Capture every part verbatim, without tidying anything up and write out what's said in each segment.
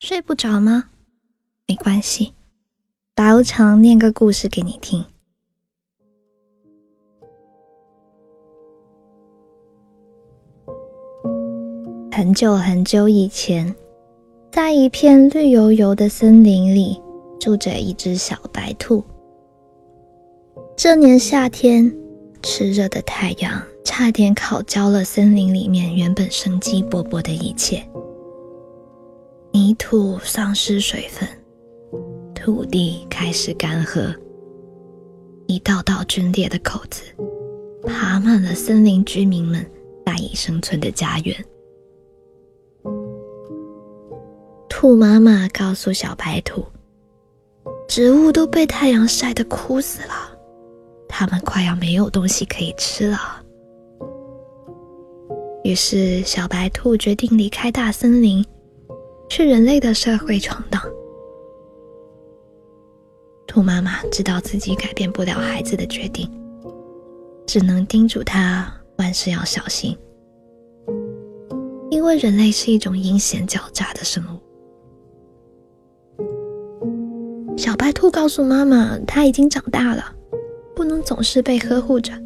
睡不着吗？没关系，白无常念个故事给你听。很久很久以前，在一片绿油油的森林里，住着一只小白兔。这年夏天，炽热的太阳差点烤焦了森林里面原本生机勃勃的一切。泥土丧失水分，土地开始干涸，一道道皲裂的口子爬满了森林居民们赖以生存的家园。兔妈妈告诉小白兔，植物都被太阳晒得枯死了，它们快要没有东西可以吃了。于是小白兔决定离开大森林，去人类的社会闯荡。兔妈妈知道自己改变不了孩子的决定，只能叮嘱他万事要小心，因为人类是一种阴险狡诈的生物。小白兔告诉妈妈，她已经长大了，不能总是被呵护着。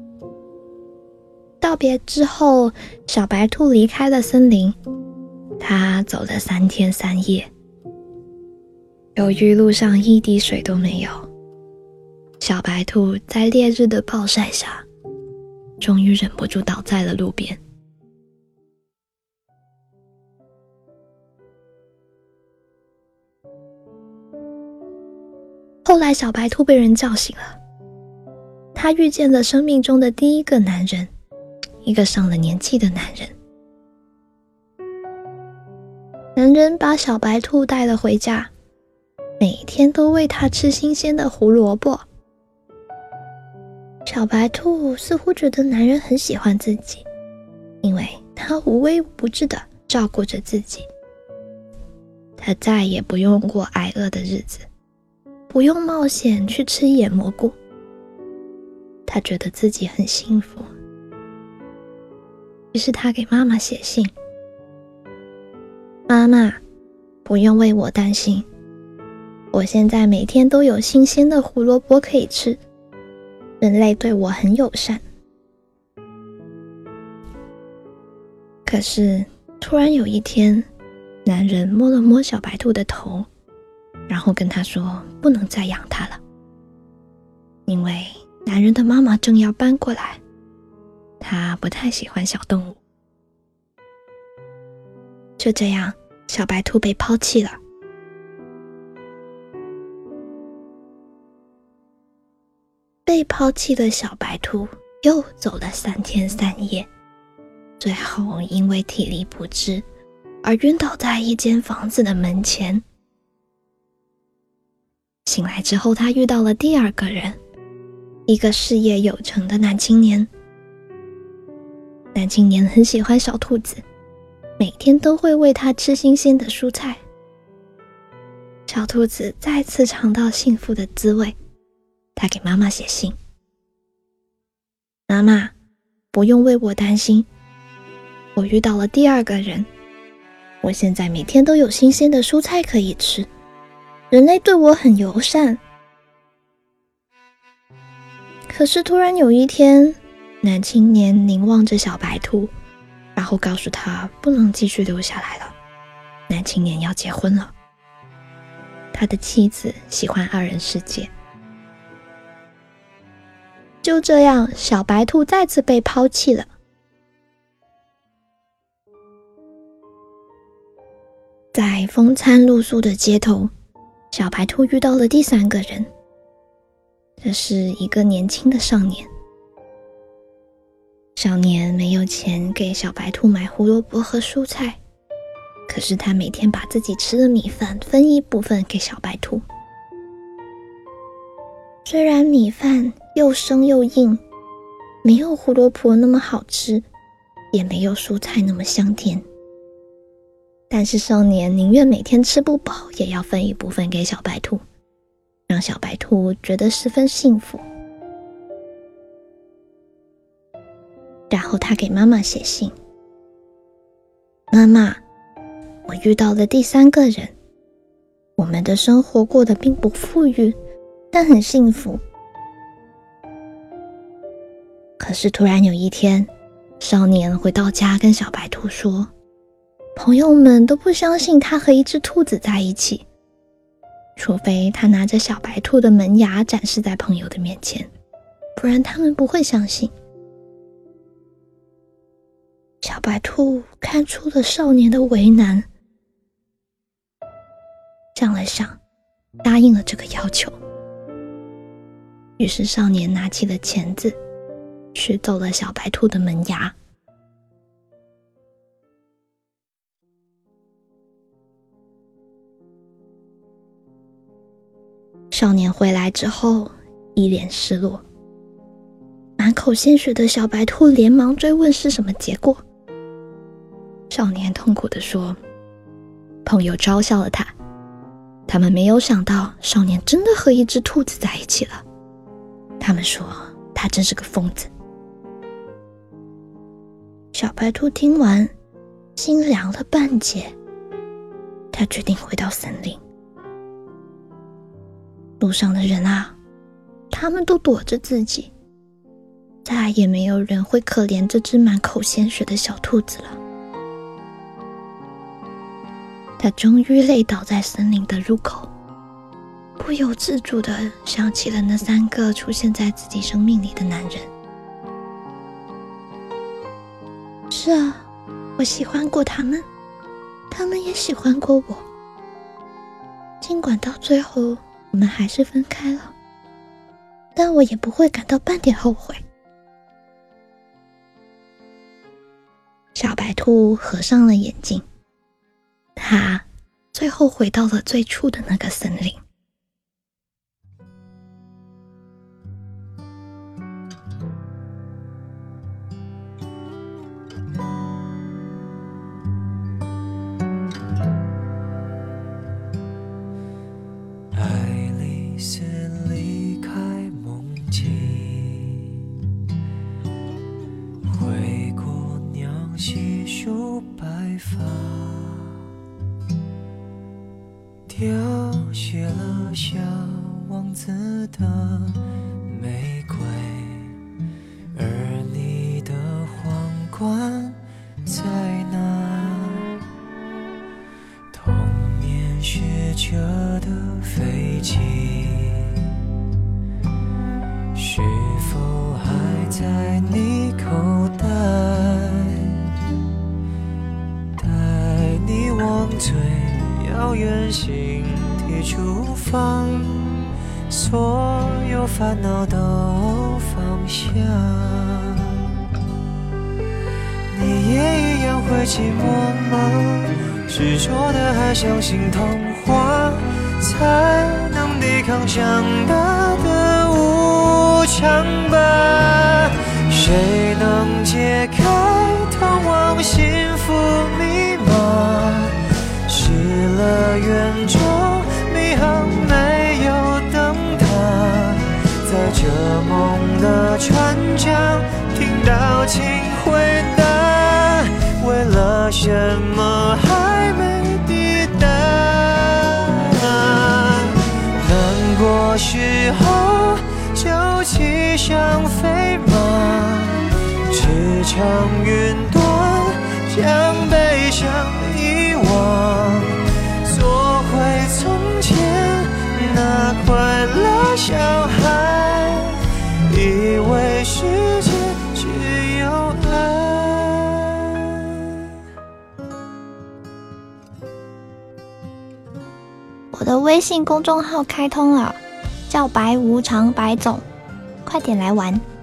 道别之后，小白兔离开了森林，它走了三天三夜。由于路上一滴水都没有，小白兔在烈日的暴晒下，终于忍不住倒在了路边。后来小白兔被人叫醒了，他遇见了生命中的第一个男人，一个上了年纪的男人。男人把小白兔带了回家，每天都喂它吃新鲜的胡萝卜。小白兔似乎觉得男人很喜欢自己，因为他无微不至地照顾着自己。他再也不用过挨饿的日子，不用冒险去吃野蘑菇。他觉得自己很幸福。于是他给妈妈写信，妈妈，不用为我担心，我现在每天都有新鲜的胡萝卜可以吃，人类对我很友善。可是突然有一天，男人摸了摸小白兔的头，然后跟他说不能再养它了，因为男人的妈妈正要搬过来，他不太喜欢小动物。就这样，小白兔被抛弃了。被抛弃的小白兔又走了三天三夜，最后因为体力不支而晕倒在一间房子的门前。醒来之后，他遇到了第二个人，一个事业有成的男青年。男青年很喜欢小兔子，每天都会喂它吃新鲜的蔬菜。小兔子再次尝到幸福的滋味，他给妈妈写信，妈妈，不用为我担心，我遇到了第二个人，我现在每天都有新鲜的蔬菜可以吃，人类对我很友善。可是突然有一天，男青年凝望着小白兔，然后告诉他不能继续留下来了，男青年要结婚了。他的妻子喜欢二人世界。就这样，小白兔再次被抛弃了。在风餐露宿的街头，小白兔遇到了第三个人，这是一个年轻的少年。少年没有钱给小白兔买胡萝卜和蔬菜，可是他每天把自己吃的米饭分一部分给小白兔。虽然米饭又生又硬，没有胡萝卜那么好吃，也没有蔬菜那么香甜，但是少年宁愿每天吃不饱，也要分一部分给小白兔，让小白兔觉得十分幸福。然后他给妈妈写信，妈妈， 我遇到了第三个人，我们的生活过得并不富裕，但很幸福。可是突然有一天，少年回到家跟小白兔说，朋友们都不相信他和一只兔子在一起，除非他拿着小白兔的门牙展示在朋友的面前，不然他们不会相信。小白兔看出了少年的为难，想了想，答应了这个要求。于是少年拿起了钳子，取走了小白兔的门牙。少年回来之后，一脸失落，满口鲜血的小白兔连忙追问是什么结果。少年痛苦地说，朋友嘲笑了他，他们没有想到少年真的和一只兔子在一起了。他们说他真是个疯子。小白兔听完，心凉了半截，他决定回到森林。路上的人啊，他们都躲着自己，再也没有人会可怜这只满口鲜血的小兔子了。他终于累倒在森林的入口，不由自主地想起了那三个出现在自己生命里的男人。是啊，我喜欢过他们，他们也喜欢过我。尽管到最后我们还是分开了，但我也不会感到半点后悔。小白兔合上了眼睛，它最后回到了最初的那个森林。 凋谢了小王子的玫瑰，而你的皇冠在哪？童年学着的飞机，是否还在你口袋？带你往最遥远星体出发，所有烦恼都放下。你也一样会寂寞吗？执着的还相信童话，才能抵抗长大的无常吧。谁能解开通往幸福密码？失了园中迷航没有灯塔，在这梦的船桨听到请回答，为了什么还没抵达？难过时候就骑上飞马，驰骋云端，将悲伤遗忘，做回从前那快乐小孩，以为世界只有爱。 我的微信公众号开通了，叫白无常白总，快点来玩。